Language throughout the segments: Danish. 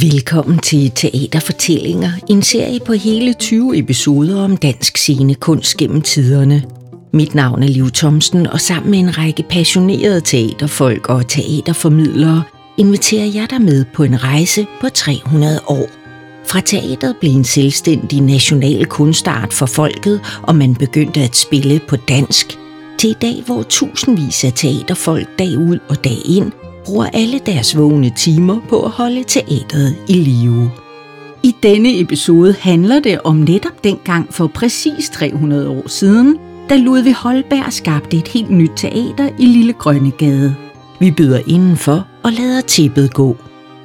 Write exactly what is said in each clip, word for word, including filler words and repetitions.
Velkommen til Teaterfortællinger, en serie på hele tyve episoder om dansk scenekunst gennem tiderne. Mit navn er Liv Thomsen, og sammen med en række passionerede teaterfolk og teaterformidlere inviterer jeg dig med på en rejse på tre hundrede år. Fra teateret blev en selvstændig national kunstart for folket, og man begyndte at spille på dansk, til i dag, hvor tusindvis af teaterfolk dag ud og dag ind bruger alle deres vågne timer på at holde teateret i live. I denne episode handler det om netop dengang for præcis tre hundrede år siden, da Ludvig Holberg skabte et helt nyt teater i Lille Grønnegade. Vi byder indenfor og lader tippet gå.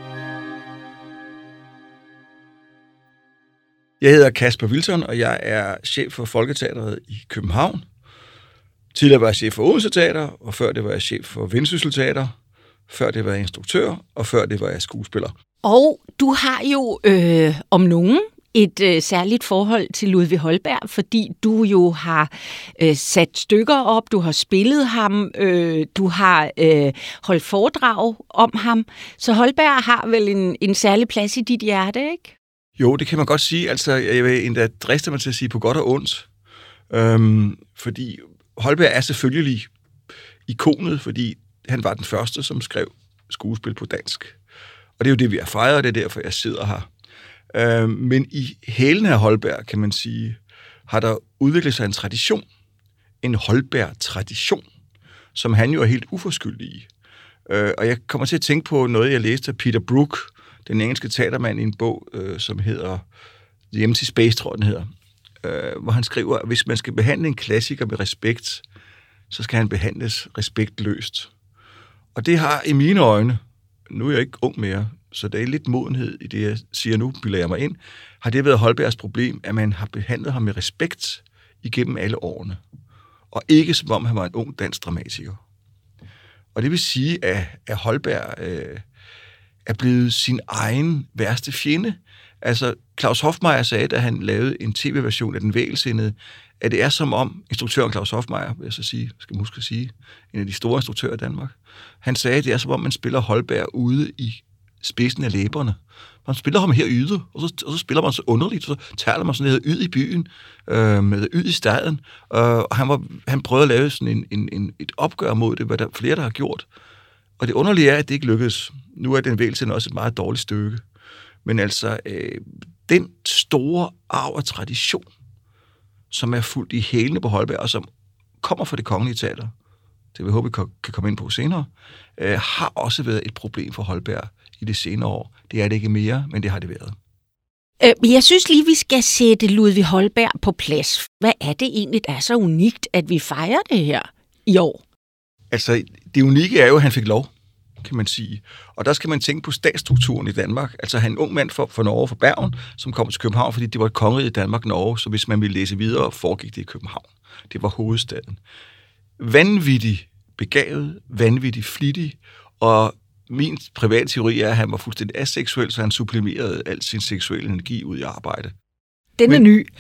Jeg hedder Kasper Wilson, og jeg er chef for Folketeatret i København. Tidligere var jeg chef for Odense Teater, og før det var jeg chef for Vendsyssel Teater. Før det var jeg instruktør, og før det var jeg skuespiller. Og du har jo øh, om nogen et øh, særligt forhold til Ludvig Holberg, fordi du jo har øh, sat stykker op, du har spillet ham, øh, du har øh, holdt foredrag om ham. Så Holberg har vel en, en særlig plads i dit hjerte, ikke? Jo, det kan man godt sige. Altså, jeg vil endda driste mig til at sige på godt og ondt. Øhm, fordi Holberg er selvfølgelig ikonet, fordi han var den første, som skrev skuespil på dansk. Og det er jo det, vi har fejret, og det er derfor, jeg sidder her. Øh, men i hælene af Holberg, kan man sige, har der udviklet sig en tradition. En Holberg-tradition, som han jo er helt uforskyldig i. Øh, og jeg kommer til at tænke på noget, jeg læste af Peter Brook, den engelske teatermand, i en bog, øh, som hedder The Empty Space, tror jeg, den hedder. Øh, hvor han skriver, at hvis man skal behandle en klassiker med respekt, så skal han behandles respektløst. Og det har i mine øjne, nu er jeg ikke ung mere, så der er lidt modenhed i det, jeg siger nu, bilder jeg mig ind, har det været Holbergs problem, at man har behandlet ham med respekt igennem alle årene. Og ikke som om han var en ung dansk dramatiker. Og det vil sige, at, at Holberg øh, er blevet sin egen værste fjende. Altså, Claus Hofmeier sagde, da han lavede en tv-version af Den Vægelsindede, at det er som om instruktøren Claus Hofmeier, vil jeg så sige, skal man huske at sige, en af de store instruktører i Danmark, han sagde, at det er som om man spiller Holberg ude i spidsen af læberne. Man spiller ham her yde, og så, og så spiller man så underligt, så taler man sådan noget yd i byen, øh, med yd i staden, øh, og han, var, han prøvede at lave sådan en, en, en, et opgør mod det, hvad der flere, der har gjort. Og det underlige er, at det ikke lykkedes. Nu er Den Vægelsindede også et meget dårligt stykke. Men altså, øh, den store arv og tradition, som er fuldt i hælene på Holberg, og som kommer fra Det Kongelige Teater, det vi håber, vi kan komme ind på senere, øh, har også været et problem for Holberg i de senere år. Det er det ikke mere, men det har det været. Øh, jeg synes lige, vi skal sætte Ludvig Holberg på plads. Hvad er det egentlig, der er så unikt, at vi fejrer det her i år? Altså, det unikke er jo, at han fik lov, kan man sige. Og der skal man tænke på statsstrukturen i Danmark. Altså, han er en ung mand fra, fra Norge, fra Bergen, som kom til København, fordi det var et kongerige i Danmark, Norge, så hvis man ville læse videre, foregik det i København. Det var hovedstaden. Vanvittig begavet, vanvittig flittig, og min private teori er, at han var fuldstændig aseksuel, så han sublimerede al sin seksuelle energi ud i arbejde. Den er Men, ny.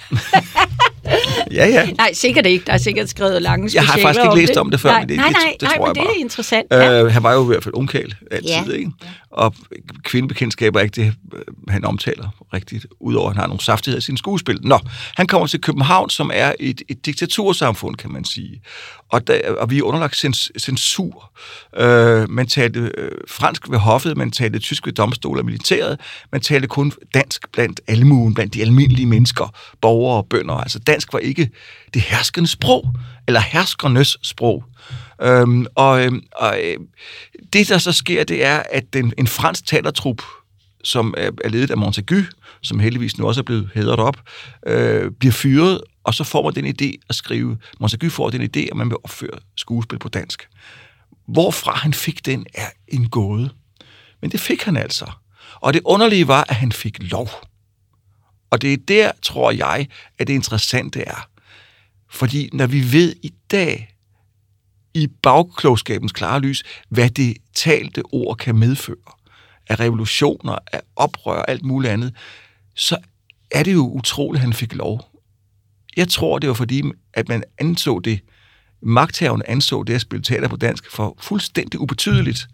ja, ja. Nej, sikkert ikke. Der er sikkert skrevet lange specialer. Jeg har faktisk ikke læst om det før, nej, men det, nej, nej, det, det, det nej, tror men jeg det bare. er interessant. Ja. Uh, han var jo i hvert fald ungkæl altid, ja. ikke? Og kvindebekendtskaber er ikke det, han omtaler rigtigt, udover at han har nogle saftigheder i sine skuespil. Nå, han kommer til København, som er et, et diktatursamfund, kan man sige. Og, der, og vi er underlagt cens, censur. Uh, man talte uh, fransk ved hoffet, man talte tysk ved domstol og militæret, man talte kun dansk blandt almuen, blandt de almindelige mennesker, borgere og bønder. Altså dansk var ikke det herskende sprog, eller herskernes sprog. Øhm, og øhm, og øh, det, der så sker, det er, at den, en fransk teatertrup, som er, er ledet af Montaigu, som heldigvis nu også er blevet hædret op, øh, bliver fyret, og så får man den idé at skrive, Montaigu får den idé, at man vil opføre skuespil på dansk. Hvorfra han fik den, er en gåde. Men det fik han altså. Og det underlige var, at han fik lov. Og det er der, tror jeg, at det interessante er. Fordi når vi ved i dag, i bagklogskabens klare lys, hvad det talte ord kan medføre, af revolutioner, af oprør og alt muligt andet, så er det jo utroligt, at han fik lov. Jeg tror, det var fordi, at man anså det, magthaverne anså det at spille teater på dansk for fuldstændig ubetydeligt.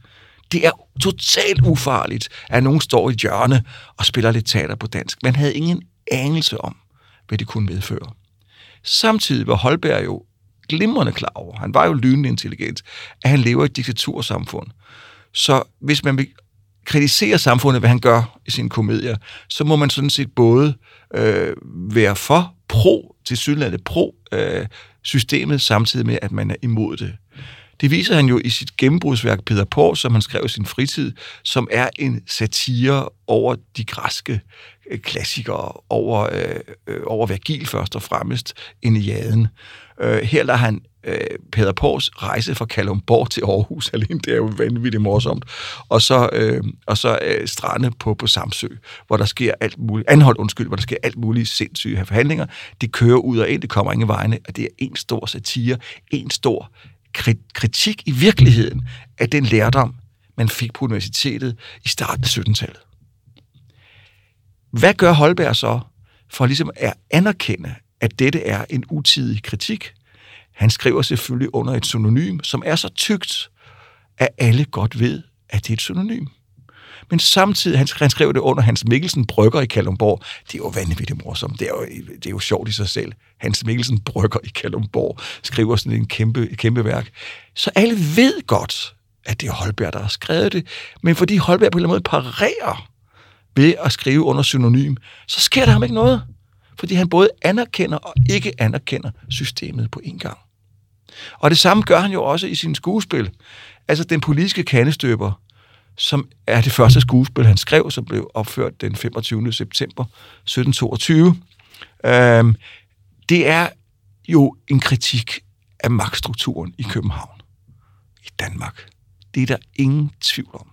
Det er totalt ufarligt, at nogen står i et hjørne og spiller lidt teater på dansk. Man havde ingen anelse om, hvad det kunne medføre. Samtidig var Holberg jo glimrende klar over, han var jo lynende intelligent, at han lever i et diktatursamfund. Så hvis man vil kritisere samfundet, hvad han gør i sine komedier, så må man sådan set både øh, være for pro, til sydlandet pro øh, systemet, samtidig med, at man er imod det. Det viser han jo i sit gennembrudsværk Peder På, som han skrev i sin fritid, som er en satire over de græske øh, klassikere, over, øh, øh, over Vergil først og fremmest, Enneaden. Øh, her lader han øh, Peder Pås rejse fra Kalundborg til Aarhus, alene det er jo vanvittigt morsomt, og så, øh, og så øh, strande på, på Samsø, hvor der sker alt muligt, anhold undskyld, hvor der sker alt muligt sindssyge forhandlinger. Det kører ud og ind, det kommer ingen vegne, og det er en stor satire, en stor kritik i virkeligheden af den lærdom, man fik på universitetet i starten af syttenhundredetallet. Hvad gør Holberg så for ligesom at anerkende, at dette er en utidig kritik? Han skriver selvfølgelig under et synonym, som er så tykt, at alle godt ved, at det er et synonym. Men samtidig, han, han skrev det under Hans Mikkelsen Brygger i Kalundborg. Det er jo vanvittigt morsomt. Det er jo, det er jo sjovt i sig selv. Hans Mikkelsen Brygger i Kalundborg skriver sådan en kæmpe, kæmpe værk. Så alle ved godt, at det er Holberg, der har skrevet det. Men fordi Holberg på en eller anden måde parerer ved at skrive under synonym, så sker der ham ikke noget. Fordi han både anerkender og ikke anerkender systemet på en gang. Og det samme gør han jo også i sine skuespil. Altså Den politiske kandestøber, som er det første skuespil, han skrev, som blev opført den femogtyvende september sytten toogtyve. Øhm, det er jo en kritik af magtstrukturen i København, i Danmark. Det er der ingen tvivl om.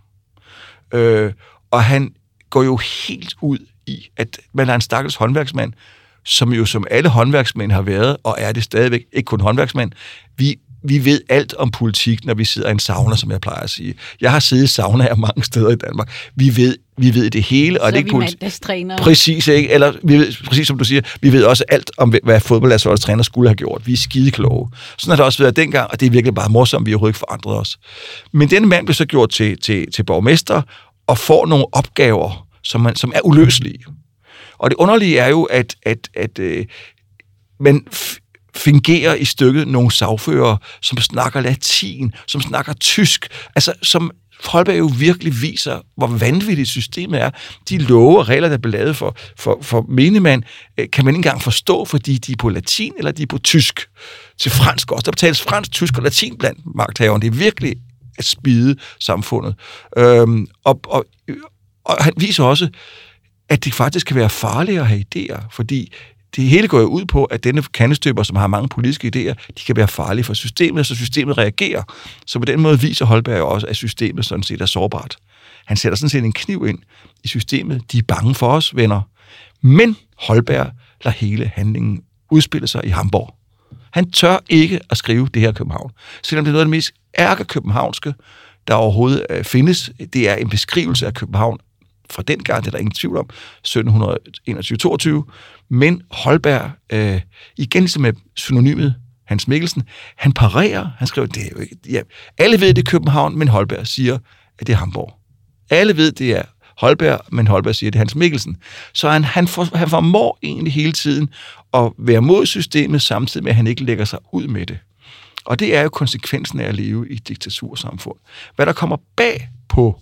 Øh, og han går jo helt ud i, at man er en stakkels håndværksmand, som jo som alle håndværksmænd har været, og er det stadigvæk, ikke kun håndværksmænd. Vi Vi ved alt om politik, når vi sidder i en sauna, som jeg plejer at sige. Jeg har siddet i saunaer mange steder i Danmark. Vi ved, vi ved det hele. Så og det er ikke mandagstrænere. Præcis, ikke? Eller vi ved, præcis som du siger, vi ved også alt om, hvad fodboldlandsholdets træner skulle have gjort. Vi er skide kloge. Sådan har det også været dengang, og det er virkelig bare morsomt, vi har overhovedet ikke forandret os. Men denne mand blev så gjort til, til, til borgmester, og får nogle opgaver, som, man, som er uløselige. Og det underlige er jo, at, at, at øh, man fingerer i stykket nogle sagfører, som snakker latin, som snakker tysk, altså som Holberg jo virkelig viser, hvor vanvittigt systemet er. De love og regler, der bliver lavet for, for, for menigmand, kan man ikke engang forstå, fordi de er på latin, eller de er på tysk. Til fransk også. Der betales fransk, tysk og latin blandt magthaverne. Det er virkelig at spide samfundet. Øhm, og, og, og han viser også, at det faktisk kan være farligt at have idéer, fordi det hele går jo ud på, at denne kandestøber, som har mange politiske idéer, de kan være farlige for systemet, så systemet reagerer. Så på den måde viser Holberg jo også, at systemet sådan set er sårbart. Han sætter sådan set en kniv ind i systemet. De er bange for os, venner. Men Holberg lader hele handlingen udspille sig i Hamborg. Han tør ikke at skrive det her København. Selvom det er noget af det mest ærkekøbenhavnske, der overhovedet øh, findes. Det er en beskrivelse af København fra den gang, det er der ingen tvivl om, sytten enogtyve toogtyve, men Holberg, øh, igen som med synonymet Hans Mikkelsen, han parerer, han skriver, det er jo ikke, ja, alle ved, det er København, men Holberg siger, at det er Hamborg. Alle ved, det er Holberg, men Holberg siger, at det er Hans Mikkelsen. Så han, han, for, han formår egentlig hele tiden at være mod systemet, samtidig med, at han ikke lægger sig ud med det. Og det er jo konsekvensen af at leve i et diktatursamfund. Hvad der kommer bag på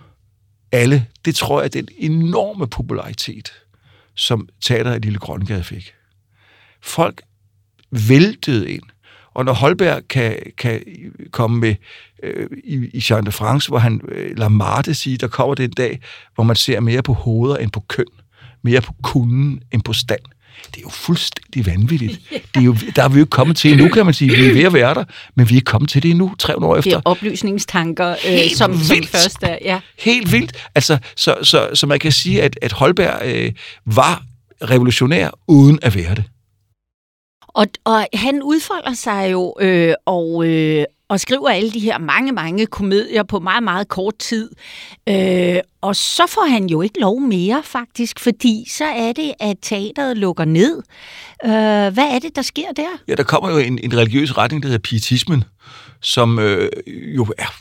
alle, det tror jeg, det er en enorme popularitet, som Teater i Lille Grønnegade fik. Folk væltede ind, og når Holberg kan, kan komme med øh, i, i Jean de France, hvor han øh, lader Marte sige, der kommer det en dag, hvor man ser mere på hoveder end på køn, mere på kunden end på stand. Det er jo fuldstændig vanvittigt. Det er jo, der er vi jo ikke kommet til endnu, kan man sige. Vi er ved at være der, men vi er ikke kommet til det endnu, tre hundrede år efter. Det er oplysningstanker, øh, som, som først er. Ja. Helt vildt. Altså, så, så, så man kan sige, at, at Holberg øh, var revolutionær, uden at være det. Og, og han udfolder sig jo øh, og, øh, og skriver alle de her mange, mange komedier på meget, meget kort tid. Øh, og så får han jo ikke lov mere, faktisk, fordi så er det, at teateret lukker ned. Øh, hvad er det, der sker der? Ja, der kommer jo en, en religiøs retning, der hedder pietismen, som øh, jo er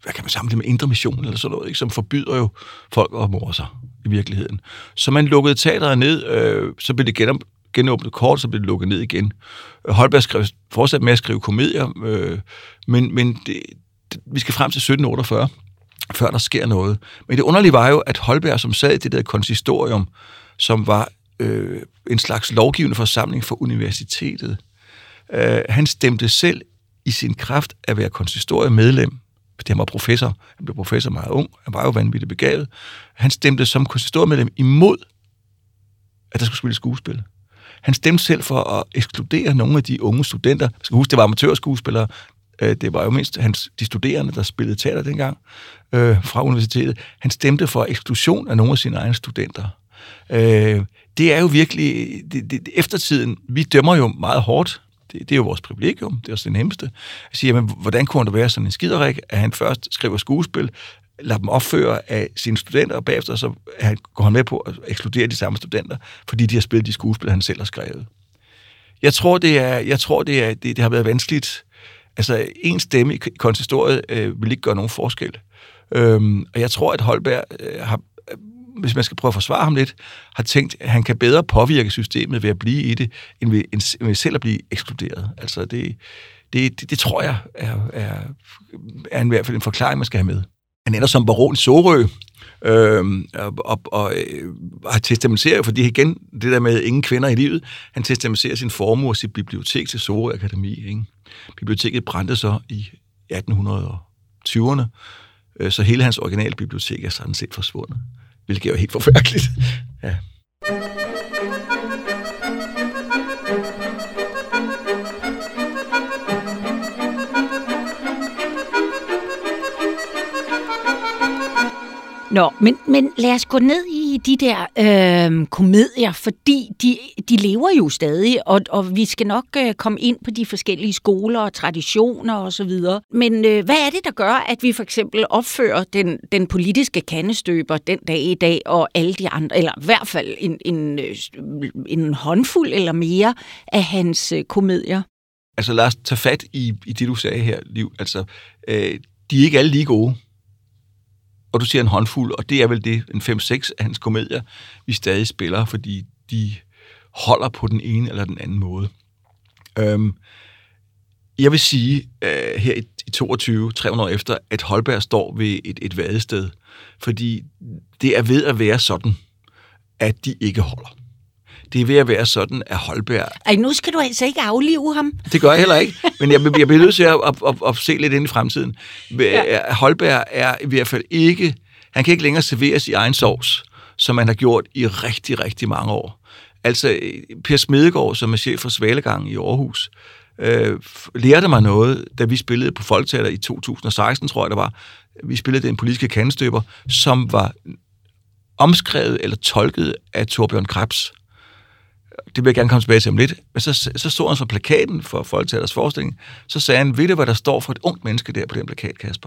hvad kan man sammenligne med Indre Mission eller sådan noget, ikke? Som forbyder jo folk at more sig i virkeligheden. Så man lukkede teateret ned, øh, så blev det genop, genåbnet kort, så blev det lukket ned igen. Holberg skrev fortsat med at skrive komedier, øh, men, men det, det, vi skal frem til sytten otteogfyrre, før der sker noget. Men det underlige var jo, at Holberg, som sad i det der konsistorium, som var øh, en slags lovgivende forsamling for universitetet, øh, han stemte selv i sin kraft at være konsistoriemedlem, fordi han var professor. Han blev professor meget ung. Han var jo vanvittigt begavet. Han stemte som konsistoriemedlem imod, at der skulle spille skuespil. Han stemte selv for at ekskludere nogle af de unge studenter. Jeg skal huske, det var amatørskuespillere. Det var jo mindst hans, de studerende, der spillede teater dengang øh, fra universitetet. Han stemte for eksklusion af nogle af sine egne studenter. Øh, det er jo virkelig... Det, det, eftertiden, vi dømmer jo meget hårdt. Det, det er jo vores privilegium. Det er også det nemmeste. Jeg siger, jamen, hvordan kunne det være sådan en skiderik, at han først skriver skuespil, lader dem opføre af sine studenter, og bagefter så han, går han med på at ekskludere de samme studenter, fordi de har spillet de skuespil, han selv har skrevet. Jeg tror, det, er, jeg tror, det, er, det, det har været vanskeligt. Altså, en stemme i konsistoriet øh, vil ikke gøre nogen forskel. Øhm, og jeg tror, at Holberg øh, har, hvis man skal prøve at forsvare ham lidt, har tænkt, at han kan bedre påvirke systemet ved at blive i det, end ved, end ved selv at blive ekskluderet. Altså, det, det, det, det tror jeg er, er, er i hvert fald en forklaring, man skal have med. Han ender som baron i Sorø, øhm, og, og, og øh, har testamenteret, fordi igen, det der med ingen kvinder i livet, han testamenterer sin formue og sit bibliotek til Sorø Akademi, ikke? Biblioteket brændte så i atten tyverne, så hele hans originale bibliotek er sådan set forsvundet, hvilket er jo helt forfærdeligt. Ja. Nå, men, men lad os gå ned i de der øh, komedier, fordi de, de lever jo stadig, og, og vi skal nok øh, komme ind på de forskellige skoler og traditioner og så videre. Men øh, hvad er det, der gør, at vi for eksempel opfører den, den politiske kandestøber den dag i dag, og alle de andre, eller i hvert fald en, en, en håndfuld eller mere af hans øh, komedier? Altså lad os tage fat i, i det, du sagde her, Liv. Altså, øh, de er ikke alle lige gode. Og du siger en håndfuld, og det er vel det, en fem seks af hans komedier, vi stadig spiller, fordi de holder på den ene eller den anden måde. Øhm, jeg vil sige, øh, her i, i toogtyve, tre hundrede år efter, at Holberg står ved et, et vadested, fordi det er ved at være sådan, at de ikke holder. Det er ved at være sådan, at Holberg... Ej, nu skal du altså ikke aflive ham. Det gør jeg heller ikke, men jeg, jeg bliver nødt til at, at, at, at se lidt ind i fremtiden. Ja. Holberg er i hvert fald ikke... Han kan ikke længere serveres i egen sovs, som man har gjort i rigtig, rigtig mange år. Altså, Per Smedegaard, som er chef for Svalegangen i Aarhus, øh, lærte mig noget, da vi spillede på Folketeater i to tusind og seksten, tror jeg det var. Vi spillede Den Politiske Kandestøber, som var omskrevet eller tolket af Torbjørn Krebs. Det vil jeg gerne komme tilbage til om lidt. Men så, så stod han så plakaten for Folketeaters forestilling, så sagde han, ved du, hvad der står for et ungt menneske der på den plakat, Kasper?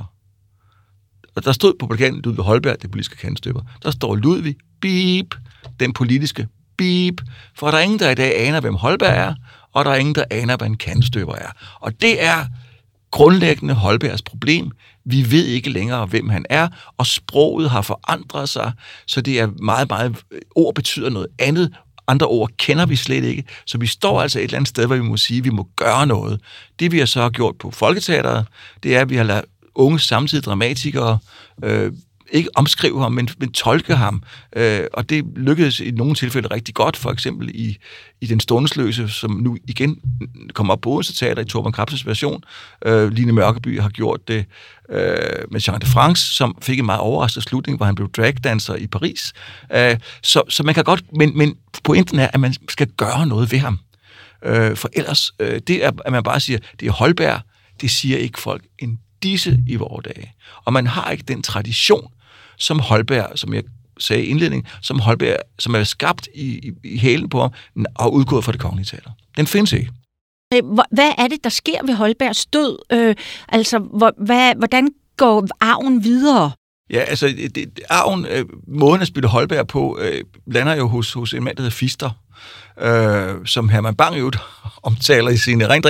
Og der stod på plakaten Ludvig Holberg, det politiske kandestøber. Der står Ludvig, beep, den politiske, beep. For der er ingen, der i dag aner, hvem Holberg er, og der er ingen, der aner, hvad en kandestøber er. Og det er grundlæggende Holbergs problem. Vi ved ikke længere, hvem han er, og sproget har forandret sig, så det er meget, meget... Ord betyder noget andet. Andre ord kender vi slet ikke, så vi står altså et eller andet sted, hvor vi må sige, at vi må gøre noget. Det vi har så gjort på Folketeateret, det er, at vi har ladet unge samtidige dramatikere øh, ikke omskrive ham, men, men tolke ham. Øh, og det lykkedes i nogle tilfælde rigtig godt, for eksempel i, i Den Stundesløse, som nu igen kommer op på Odense Teater i Torbjørn Krebs' version. Øh, Line Mørkeby har gjort det øh, med Jean de France, som fik en meget overraskende slutning, hvor han blev dragdancer i Paris. Øh, så, så man kan godt, men, men pointen er, at man skal gøre noget ved ham. Øh, for ellers, øh, det er, at man bare siger, det er Holberg, det siger ikke folk en disse i vore dage. Og man har ikke den tradition, som Holberg, som jeg sagde i indledningen, som Holberg, som er skabt i, i, i hælen på ham, og udgået fra Det Kongelige Teater. Den findes ikke. Hvad er det, der sker ved Holbergs død? Øh, altså, hvad, hvordan går arven videre? Ja, altså, det, arven, øh, måden at spille Holberg på, øh, lander jo hos, hos en mand, der hedder Fister, øh, som Herman Bang jo omtaler i sine erindringer,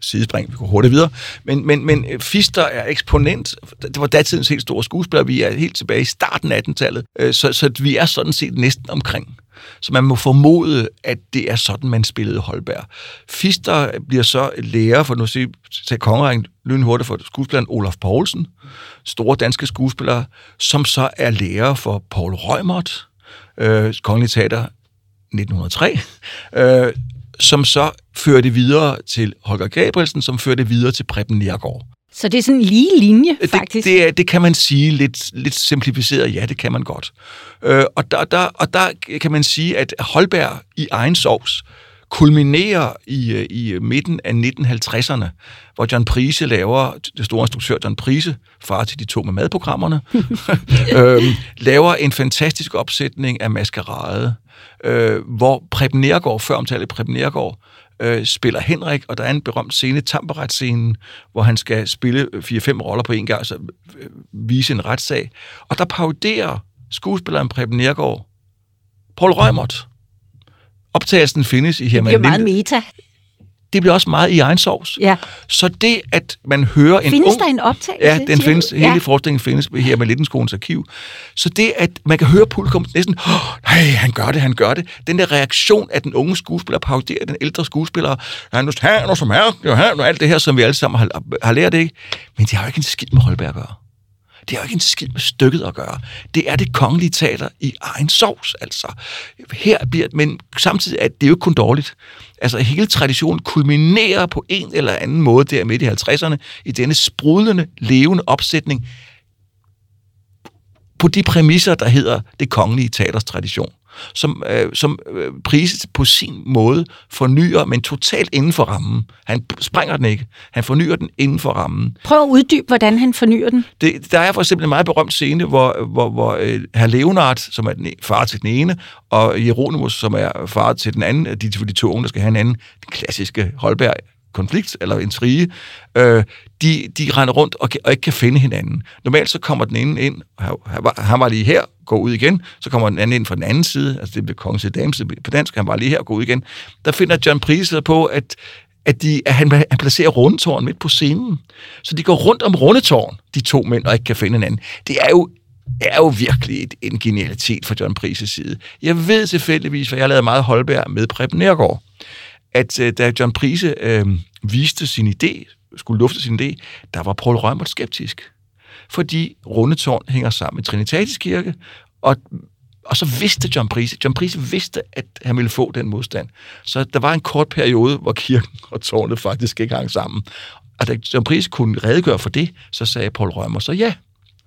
sidespring, vi går hurtigt videre. Men, men, men Pfister er eksponent. Det var datidens helt store skuespiller. Vi er helt tilbage i starten af attenhundredetallet. Så, så vi er sådan set næsten omkring. Så man må formode, at det er sådan, man spillede Holberg. Pfister bliver så lærer for, nu siger jeg kongerækken lynhurtigt for skuespilleren Olaf Poulsen, store danske skuespillere, som så er lærer for Poul Reumert, øh, Kongelige Teater nitten hundrede og tre, øh, som så fører det videre til Holger Gabrielsen, som fører det videre til Preben Neergaard. Så det er sådan en lige linje, faktisk? Det, det, er, det kan man sige lidt, lidt simplificeret, ja, det kan man godt. Øh, og, der, der, og der kan man sige, at Holberg i egen sovs kulminerer i, i midten af nitten halvtredserne, hvor John Price laver, det store instruktør John Price, far til de to med madprogrammerne, øh, laver en fantastisk opsætning af Maskerade, øh, hvor Preben Neergaard, før omtalt Preben Neergaard, øh, spiller Henrik, og der er en berømt scene, Tamperret-scenen, hvor han skal spille fire-fem roller på en gang, altså øh, vise en retssag. Og der paroderer skuespilleren Preben Neergaard Poul Reumert. Optagelsen findes i Herman Linde. Det bliver meget meta. Det bliver også meget i egen sovs. Ja. Så det, at man hører en findes ung... der en optagelse? Ja, den findes. Hele ja. forestillingen findes i Herman Lindenskolens arkiv. Så det, at man kan høre publikum næsten, oh, nej, han gør det, han gør det. Den der reaktion af den unge skuespiller, paroderer den ældre skuespiller, han er nu som her, han og alt det her, som vi alle sammen har, har lært, ikke? Men det har jo ikke en skid med Holberg at gøre. Det har jo ikke en skid med stykket at gøre. Det er det Kongelige Teater i egen sovs, altså. Her bliver, men samtidig er det jo ikke kun dårligt. Altså, hele traditionen kulminerer på en eller anden måde der midt i halvtredserne i denne sprudlende, levende opsætning på de præmisser, der hedder det Kongelige Teaters tradition. Som, øh, som øh, Price på sin måde fornyer, men totalt inden for rammen. Han sprænger den ikke. Han fornyer den inden for rammen. Prøv at uddybe, hvordan han fornyer den. Det, der er for eksempel en meget berømt scene, hvor, hvor, hvor øh, herr Leonard, som er den far til den ene, og Hieronymus, som er far til den anden, de, de to unge, der skal have en anden, den klassiske Holberg konflikt eller intrige, øh, de, de render rundt og, og ikke kan finde hinanden. Normalt så kommer den ene ind, og han var lige her, går ud igen, så kommer den anden ind fra den anden side, altså det bliver kongens dames på dansk, han var lige her, går ud igen. Der finder John Price på, at, at, de, at han, han placerer Rundetårn midt på scenen. Så de går rundt om Rundetårn, de to mænd, og ikke kan finde hinanden. Det er jo er jo virkelig et, en genialitet fra John Prices side. Jeg ved tilfældigvis, for jeg lavede meget Holberg med Preben Neergaard, at øh, da John Price øh, viste sin idé, skulle lufte sin idé, der var Poul Reumert skeptisk. Fordi Rundetårn hænger sammen med Trinitatis Kirke, og, og så vidste John Price, John Price vidste, at han ville få den modstand. Så der var en kort periode, hvor kirken og tårnet faktisk ikke hang sammen. Og da John Price kunne redegøre for det, så sagde Poul Reumert så ja.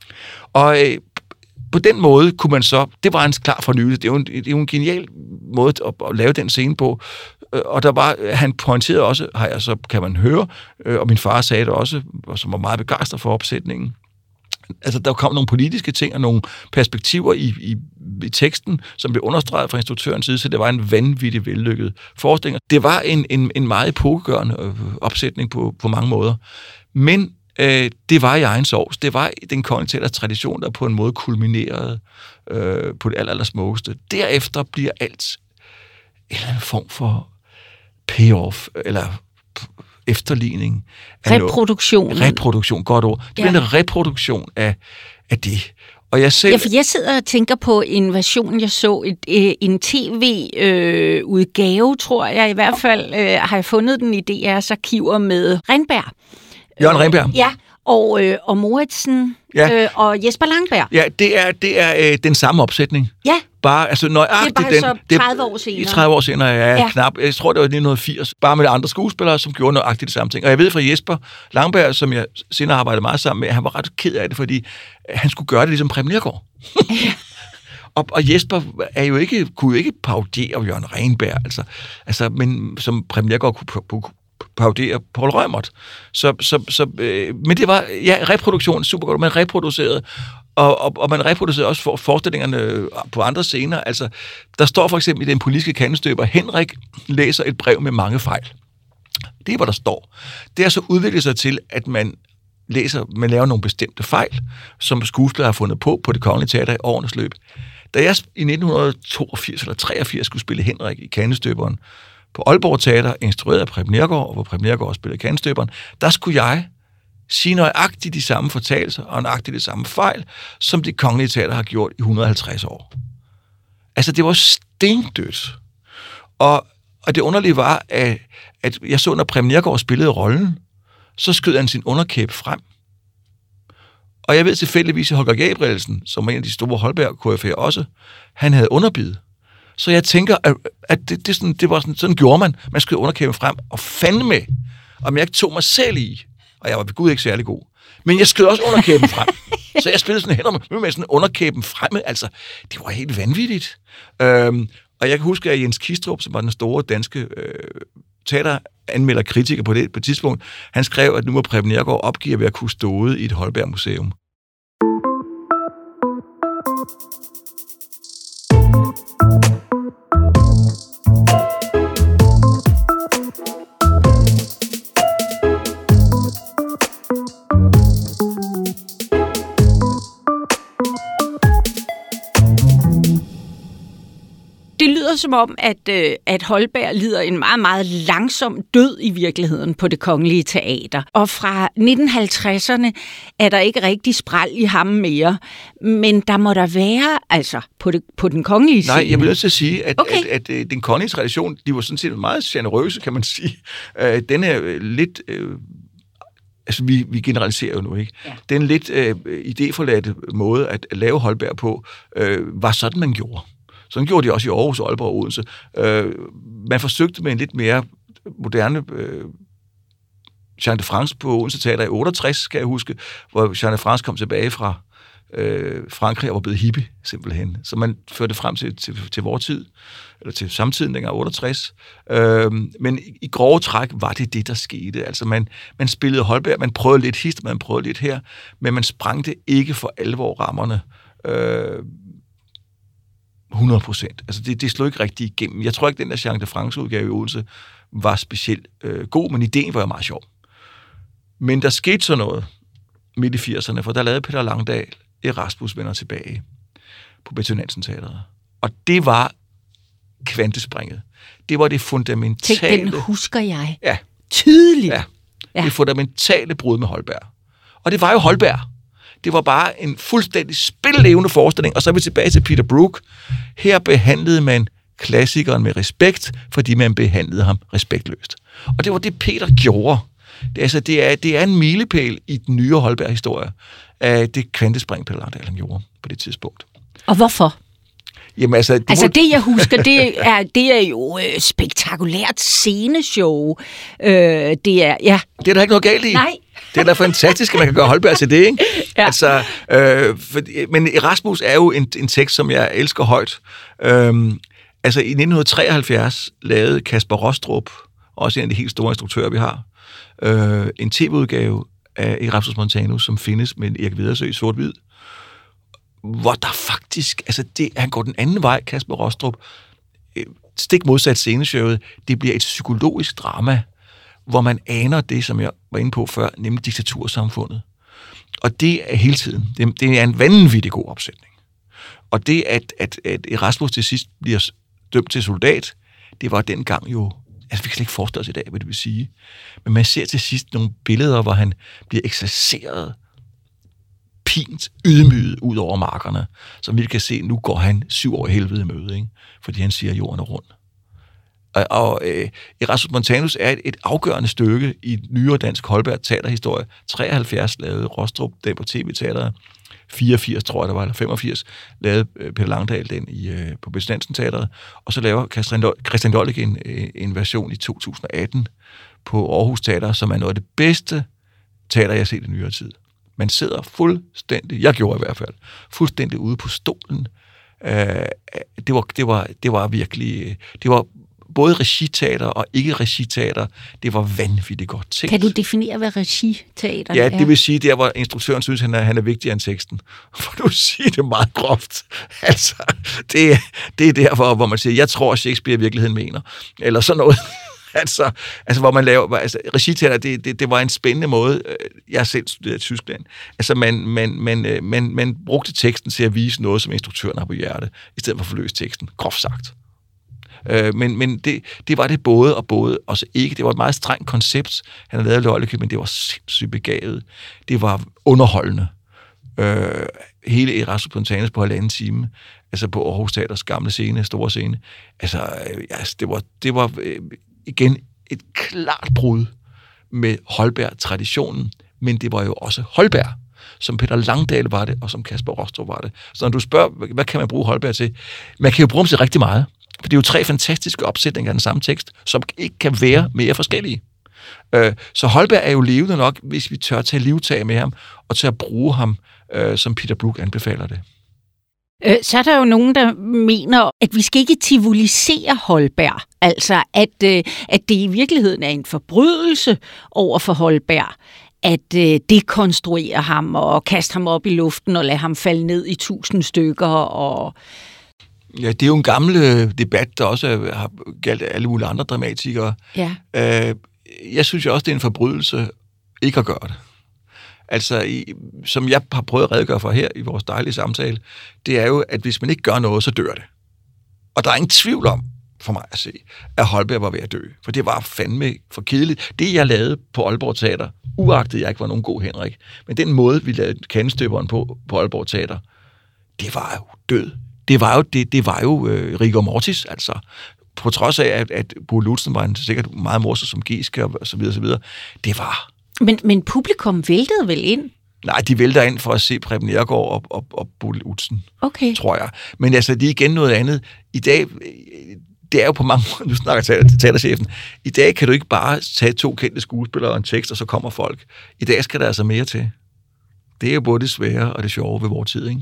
Og øh, på den måde kunne man så, det var en klar fornyelse, det er jo en, det er jo en genial måde at, at lave den scene på, og der var, han pointerede også, har jeg så kan man høre, og min far sagde det også, som var meget begejstret for opsætningen. Altså, der kom nogle politiske ting og nogle perspektiver i, i, i teksten, som blev understreget fra instruktørens side, så det var en vanvittig vellykket forestilling. Det var en, en, en meget epokegørende opsætning på, på mange måder. Men øh, det var i egen sovs. Det var den Kongelige Teaters tradition, der på en måde kulminerede øh, på det aller, aller smukkeste. Derefter bliver alt en eller anden form for payoff, eller efterligning. Reproduktion. Reproduktion, godt ord. Det bliver ja. en reproduktion af, af det. Og jeg selv... Ja, for jeg sidder og tænker på en version, jeg så, et, øh, en tv-udgave, øh, tror jeg i hvert fald, øh, har jeg fundet den i D R's arkiver med Renberg. Jørgen Renberg. Ja, og, øh, og Moritzen ja. øh, og Jesper Langberg. Ja, det er, det er øh, den samme opsætning. Ja. Bare, altså nøjagtigt det er bare den, så tredive år senere. tredive år senere, ja, ja. knap. Jeg tror, det var nitten firs. Bare med andre skuespillere, som gjorde nøjagtigt det samme ting. Og jeg ved fra Jesper Langberg, som jeg senere arbejdede meget sammen med, han var ret ked af det, fordi han skulle gøre det ligesom Preben Neergaard. Ja. og, og Jesper er jo ikke, kunne jo ikke parodiere Jørgen Renberg, altså, altså, men som Preben Neergaard kunne, kunne parodere Poul Reumert. Så, så, så, øh, men det var, ja, reproduktion, super godt, man reproducerede, og, og, og man reproducerede også for, forestillingerne på andre scener. Altså, der står for eksempel i den politiske kandestøber, Henrik læser et brev med mange fejl. Det er, hvad der står. Det er så udviklet sig til, at man læser, man laver nogle bestemte fejl, som skuespillere har fundet på på Det Kongelige Teater i årenes løb. Da jeg i nitten toogfirs eller treogfirs skulle spille Henrik i Kandestøberen på Aalborg Teater, instrueret af Preben Neergaard, hvor Preben Neergaard spillede Kandstøberen, der skulle jeg sige nøjagtigt de samme fortalelser og nøjagtigt de samme fejl, som Det Kongelige Teater har gjort i et hundrede og halvtreds år. Altså, det var stendødt. Og, og det underlige var, at, at jeg så, når Preben Neergaard spillede rollen, så skød han sin underkæbe frem. Og jeg ved tilfældigvis, at Holger Gabrielsen, som var en af de store Holberg-K F A'er også, han havde underbid. Så jeg tænker, at, at det, det, sådan, det var sådan, sådan gjorde man. Man skød underkæben frem, og fandme, om jeg ikke tog mig selv i, og jeg var ved Gud ikke særlig god, men jeg skød også underkæben frem. Så jeg spillede sådan hænder med, med sådan underkæben fremme. Altså, det var helt vanvittigt. Øhm, og jeg kan huske, at Jens Kistrup, som var den store danske øh, teateranmelder kritiker på det på et tidspunkt, han skrev, at nu må Preben Neergaard opgive ved at kunne ståde i et Holberg-museum. Som om, at, øh, at Holberg lider en meget, meget langsom død i virkeligheden på Det Kongelige Teater. Og fra nitten halvtredserne er der ikke rigtig spræl i ham mere. Men der må der være, altså, på, det, på den kongelige scene. Nej, jeg vil nødt til at sige, at, okay. at, at, at den kongelige tradition, de var sådan set meget generøse, kan man sige. Uh, den er lidt... Uh, altså, vi, vi generaliserer jo nu, ikke? Ja. Den lidt uh, idéforladte måde at lave Holberg på, uh, var sådan, man gjorde. Sådan gjorde de også i Aarhus, Aalborg og Odense. Øh, man forsøgte med en lidt mere moderne øh, Jean de France på Odense Teater i otteogtres, skal jeg huske, hvor Jean de France kom tilbage fra øh, Frankrig og var blevet hippie, simpelthen. Så man førte det frem til, til, til vores tid, eller til samtiden dengang otteogtres. Øh, men i, i grove træk var det det, der skete. Altså man, man spillede Holberg, man prøvede lidt hist, man prøvede lidt her, men man sprængte ikke for alvor rammerne. Øh, hundrede procent. Altså, det, det slog ikke rigtig igennem. Jeg tror ikke, den der Jean de France-udgave i Odense var specielt øh, god, men ideen var jo meget sjov. Men der skete så noget midt i firserne, for der lavede Peter Langdal Erasmus vender tilbage på Betty Nansen Teatret. Og det var kvantespringet. Det var det fundamentale... Tænk, den husker jeg. Ja. Tydeligt. Ja. Ja. Det fundamentale brud med Holberg. Og det var jo Holberg. Det var bare en fuldstændig spillevende forestilling, og så er vi tilbage til Peter Brook. Her behandlede man klassikeren med respekt, fordi man behandlede ham respektløst. Og det var det, Peter gjorde. Det, altså, det, er, det er en milepæl i den nye Holberg-historie, af det kvantespring, Peter Langdal gjorde på det tidspunkt. Og hvorfor? Jamen, altså, det, altså må... det, jeg husker, det er, det er jo øh, spektakulært sceneshow. Øh, det er, ja. Det er der ikke noget galt i. Nej. Det er da fantastisk, at man kan gøre Holberg til det, ikke? Ja. Altså, øh, for, men Erasmus er jo en, en tekst, som jeg elsker højt. Øhm, altså, i nitten treoghalvfjerds lavede Kasper Rostrup, også en af de helt store instruktører, vi har, øh, en tv-udgave af Erasmus Montanus, som findes med Erik Wedersø i sort-hvid, hvor der faktisk, altså det, han går den anden vej, Kasper Rostrup, stik modsat sceneshowet, det bliver et psykologisk drama, hvor man aner det, som jeg var inde på før, nemlig diktatursamfundet. Og det er hele tiden. Det, det er en vanvittig god opsætning. Og det, at, at, at Erasmus til sidst bliver dømt til soldat, det var dengang jo, altså vi kan slet ikke forestille os i dag, hvad det vil sige. Men man ser til sidst nogle billeder, hvor han bliver ekserceret, pint, ydmyget ud over markerne, som vi kan se, nu går han syv år i helvede i møde, ikke? Fordi han siger, at jorden er rund. Og, og øh, Erasmus Montanus er et, et afgørende stykke i nyere dansk Holberg teaterhistorie. treoghalvfjerds lavede Rostrup den på tv-teateret. fireogfirs, tror jeg, der var, eller femogfirs, lavede Peter Langdal den i, øh, på Betty Nansen Teatret. Og så laver Christian Dolleck en, en version i to tusind og atten på Aarhus Teater, som er noget af det bedste teater, jeg har set i nyere tid. Man sidder fuldstændig, jeg gjorde i hvert fald, fuldstændig ude på stolen. Øh, det, var, det, var, det var virkelig, det var både regiteater og ikke-regiteater. Det var vanvittigt godt tænkt. Kan du definere, hvad regiteater ja, er? Ja, det vil sige, der hvor instruktøren synes, han er, han er vigtigere end teksten. For du siger det meget groft. Altså, det, det er derfor, hvor man siger, jeg tror, at Shakespeare i virkeligheden mener. Eller sådan noget. Altså, altså, hvor man laver... Altså, regiteater, det, det, det var en spændende måde. Jeg har selv studeret i Tyskland. Altså, man, man, man, man, man brugte teksten til at vise noget, som instruktøren har på hjerte, i stedet for at forløse teksten. Groft sagt. Øh, men men det, det var det både og både, og så ikke. Det var et meget strengt koncept, han havde lavet i Lollekøb, men det var sindssygt begavet. Det var underholdende. Øh, hele Erasmus Montanus på halvanden time, altså på Aarhus Teaters gamle scene, store scene. Altså, øh, altså det var, det var øh, igen et klart brud med Holberg-traditionen, men det var jo også Holberg, som Peter Langdal var det, og som Kasper Rostrup var det. Så når du spørger, hvad kan man bruge Holberg til? Man kan jo bruge dem til rigtig meget, for det er jo tre fantastiske opsætninger af den samme tekst, som ikke kan være mere forskellige. Øh, så Holberg er jo levende nok, hvis vi tør tage livtag med ham, og tør at bruge ham, øh, som Peter Brook anbefaler det. Så er der jo nogen, der mener, at vi skal ikke tivolisere Holberg. Altså, at, at det i virkeligheden er en forbrydelse over for Holberg, at dekonstruere ham og kaste ham op i luften og lade ham falde ned i tusind stykker. Og ja, det er jo en gammel debat, der også har galt alle mulige andre dramatikere. Ja. Jeg synes jo også, det er en forbrydelse ikke at gøre det. Altså, i, som jeg har prøvet at redegøre for her i vores dejlige samtale, det er jo, at hvis man ikke gør noget, så dør det. Og der er ingen tvivl om, for mig at se, at Holberg var ved at dø. For det var fandme for kedeligt. Det, jeg lavede på Aalborg Teater, uagtet jeg ikke var nogen god Henrik, men den måde, vi lavede kandestøberen på på Aalborg Teater, det var jo død. Det var jo, det, det var jo øh, rigor mortis, altså. På trods af, at, at Bo Lutzen var en sikkert meget morsom som Gieske og så videre, så videre. Det var... Men, men publikum væltede vel ind? Nej, de vælter ind for at se Preben Neergaard og, og, og Bo Lutzen, okay. tror jeg. Men altså, det er igen noget andet. I dag, det er jo på mange måder, nu snakker jeg til teaterchefen, i dag kan du ikke bare tage to kendte skuespillere og en tekst, og så kommer folk. I dag skal der altså mere til. Det er jo både det svære og det sjove ved vores tid, ikke?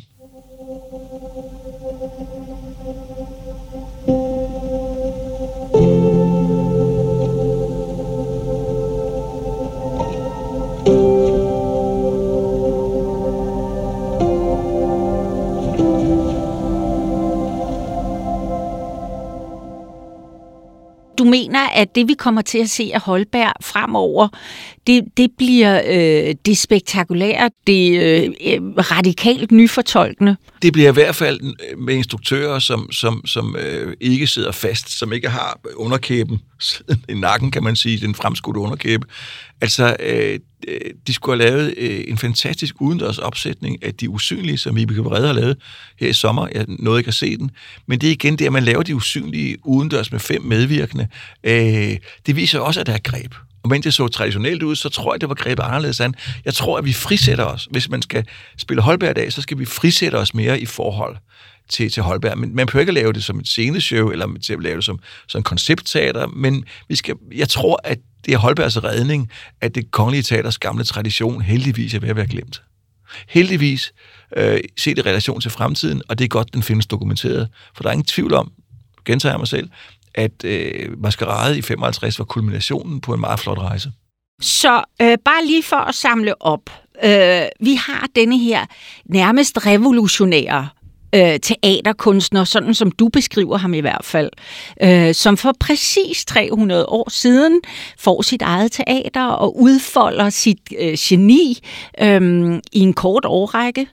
Du mener, at det, vi kommer til at se af Holberg fremover, det, det bliver øh, det spektakulære, det øh, radikalt nyfortolkende? Det bliver i hvert fald med instruktører, som, som, som øh, ikke sidder fast, som ikke har underkæben i nakken, kan man sige, den fremskudte underkæbe. Altså, øh, de skulle have lavet øh, en fantastisk udendørs opsætning af De Usynlige, som Vibeke Vrede har lavet her i sommer. Jeg nåede ikke at se den. Men det er igen det, at man laver De Usynlige udendørs med fem medvirkende. Øh, det viser også, at der er greb. Og mens det så traditionelt ud, så tror jeg, det var grebet anderledes an. Jeg tror, at vi frisætter os. Hvis man skal spille Holberg i dag, så skal vi frisætte os mere i forhold til, til Holberg. Men man behøver ikke at lave det som et sceneshow, eller til at lave det som, som konceptteater, men vi skal, jeg tror, at det er Holbergs redning, at det Kongelige Teaters gamle tradition heldigvis er ved at være glemt. Heldigvis øh, set i relation til fremtiden, og det er godt, den findes dokumenteret. For der er ingen tvivl om, gentager jeg mig selv, at øh, Maskerade i femoghalvtreds var kulminationen på en meget flot rejse. Så øh, bare lige for at samle op. Øh, vi har denne her nærmest revolutionære øh, teaterkunstner, sådan som du beskriver ham i hvert fald, øh, som for præcis tre hundrede år siden får sit eget teater og udfolder sit øh, geni øh, i en kort årrække.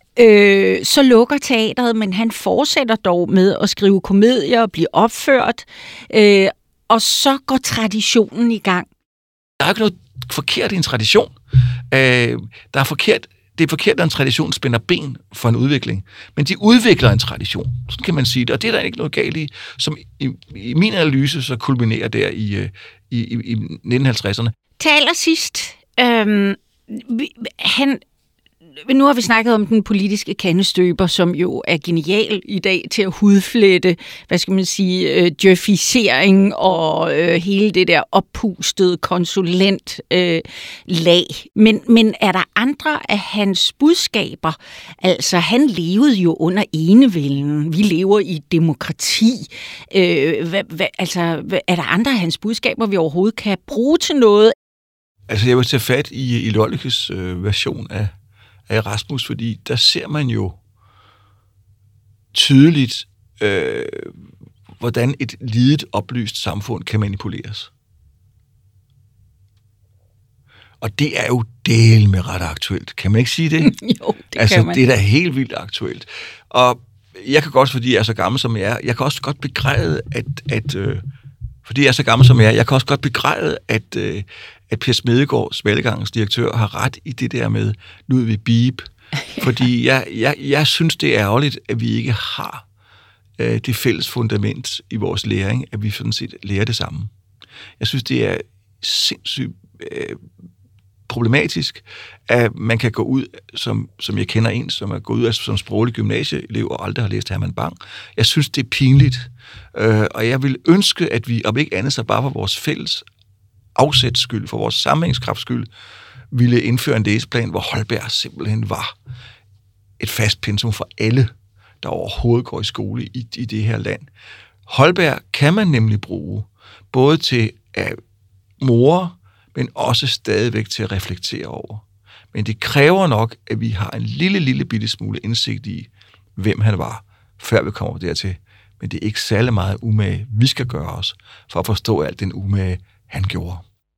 Øh, så lukker teateret, men han fortsætter dog med at skrive komedier og blive opført, øh, og så går traditionen i gang. Der er ikke noget forkert i en tradition. Øh, der er forkert, det er forkert, at en tradition spænder ben for en udvikling, men de udvikler en tradition. Sådan kan man sige det, og det er der ikke noget galt i, som i, i min analyse så kulminerer der i, i, i nitten halvtredserne. Til allersidst, øh, han... Nu har vi snakket om den politiske kandestøber, som jo er genial i dag til at hudflette, hvad skal man sige, øh, djøfisering og øh, hele det der oppustede konsulent øh, lag. Men, men er der andre af hans budskaber? Altså, han levede jo under enevælden. Vi lever i demokrati. Øh, hva, hva, altså, hva, er der andre af hans budskaber, vi overhovedet kan bruge til noget? Altså, jeg vil tage fat i, i Lollekes øh, version af af Erasmus, fordi der ser man jo tydeligt, øh, hvordan et lidet oplyst samfund kan manipuleres. Og det er jo del med ret aktuelt. Kan man ikke sige det? Jo, det altså, kan man. Det er da helt vildt aktuelt. Og jeg kan godt, fordi jeg er så gammel, som jeg er, jeg kan også godt begræde, at, at øh, fordi jeg er så gammel, som jeg er, jeg kan også godt begræde, at, øh, at Per Smedegaard, Svalegangens direktør, har ret i det der med Ludvig Bieb. Fordi jeg, jeg, jeg synes, det er ærgerligt, at vi ikke har øh, det fælles fundament i vores læring, at vi sådan set lærer det samme. Jeg synes, det er sindssygt øh, problematisk, at man kan gå ud, som, som jeg kender en, som er gået ud som sproglig gymnasieelev og aldrig har læst Herman Bang. Jeg synes, det er pinligt. Øh, og jeg vil ønske, at vi, om ikke andet så bare for vores fælles afsæts skyld, for vores sammenhængskrafts skyld, ville indføre en læseplan, hvor Holberg simpelthen var et fast pensum for alle, der overhovedet går i skole i, i det her land. Holberg kan man nemlig bruge, både til at more, men også stadigvæk til at reflektere over. Men det kræver nok, at vi har en lille, lille bitte smule indsigt i, hvem han var, før vi kommer dertil. Men det er ikke særlig meget umage, vi skal gøre os, for at forstå alt den umage, han gjorde.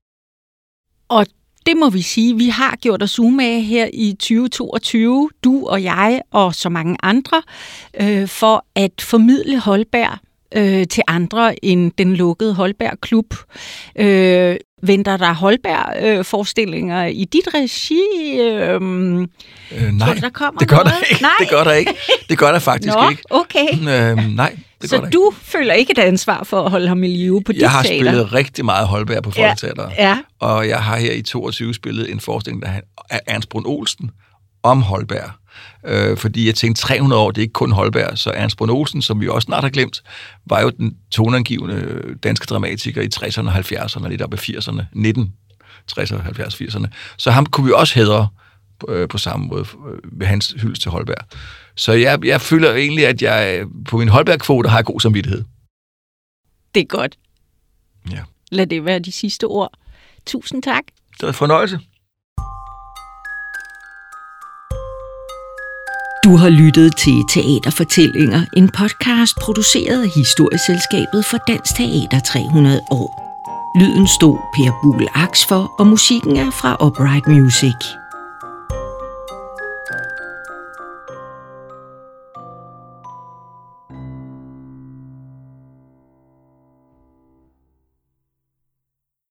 Og det må vi sige, vi har gjort os umage her i tyve toogtyve, du og jeg og så mange andre, øh, for at formidle Holberg øh, til andre end den lukkede Holberg-klub. Øh, venter der Holberg-forestillinger i dit regi? Øh, øh, nej, der kommer det gør noget? der ikke. Nej. Det gør der ikke. Det gør der faktisk Nå, ikke. okay. Øh, nej. Det så du føler ikke et ansvar for at holde ham i live på dit teater? Jeg har spillet rigtig meget Holberg på Folketeatret. Ja, ja. Og jeg har her i toogtyve spillet en forestilling af Ernst Brun Olsen om Holberg. Øh, fordi jeg tænkte, tre hundrede år, det er ikke kun Holberg. Så Ernst Brun Olsen, som vi også snart har glemt, var jo den toneangivende danske dramatiker i tresserne og halvfjerdserne, lidt op i firserne, nitten tres, halvfjerds, firserne. Så ham kunne vi også hædre på, øh, på samme måde ved hans hyldest til Holberg. Så jeg, jeg føler egentlig, at jeg på min Holberg-kvote har god samvittighed. Det er godt. Ja. Lad det være de sidste ord. Tusind tak. Det var en fornøjelse. Du har lyttet til Teaterfortællinger, en podcast produceret af Historieselskabet for Dansk Teater tre hundrede år. Lyden stod Per Buhl Aks for, og musikken er fra Upright Music.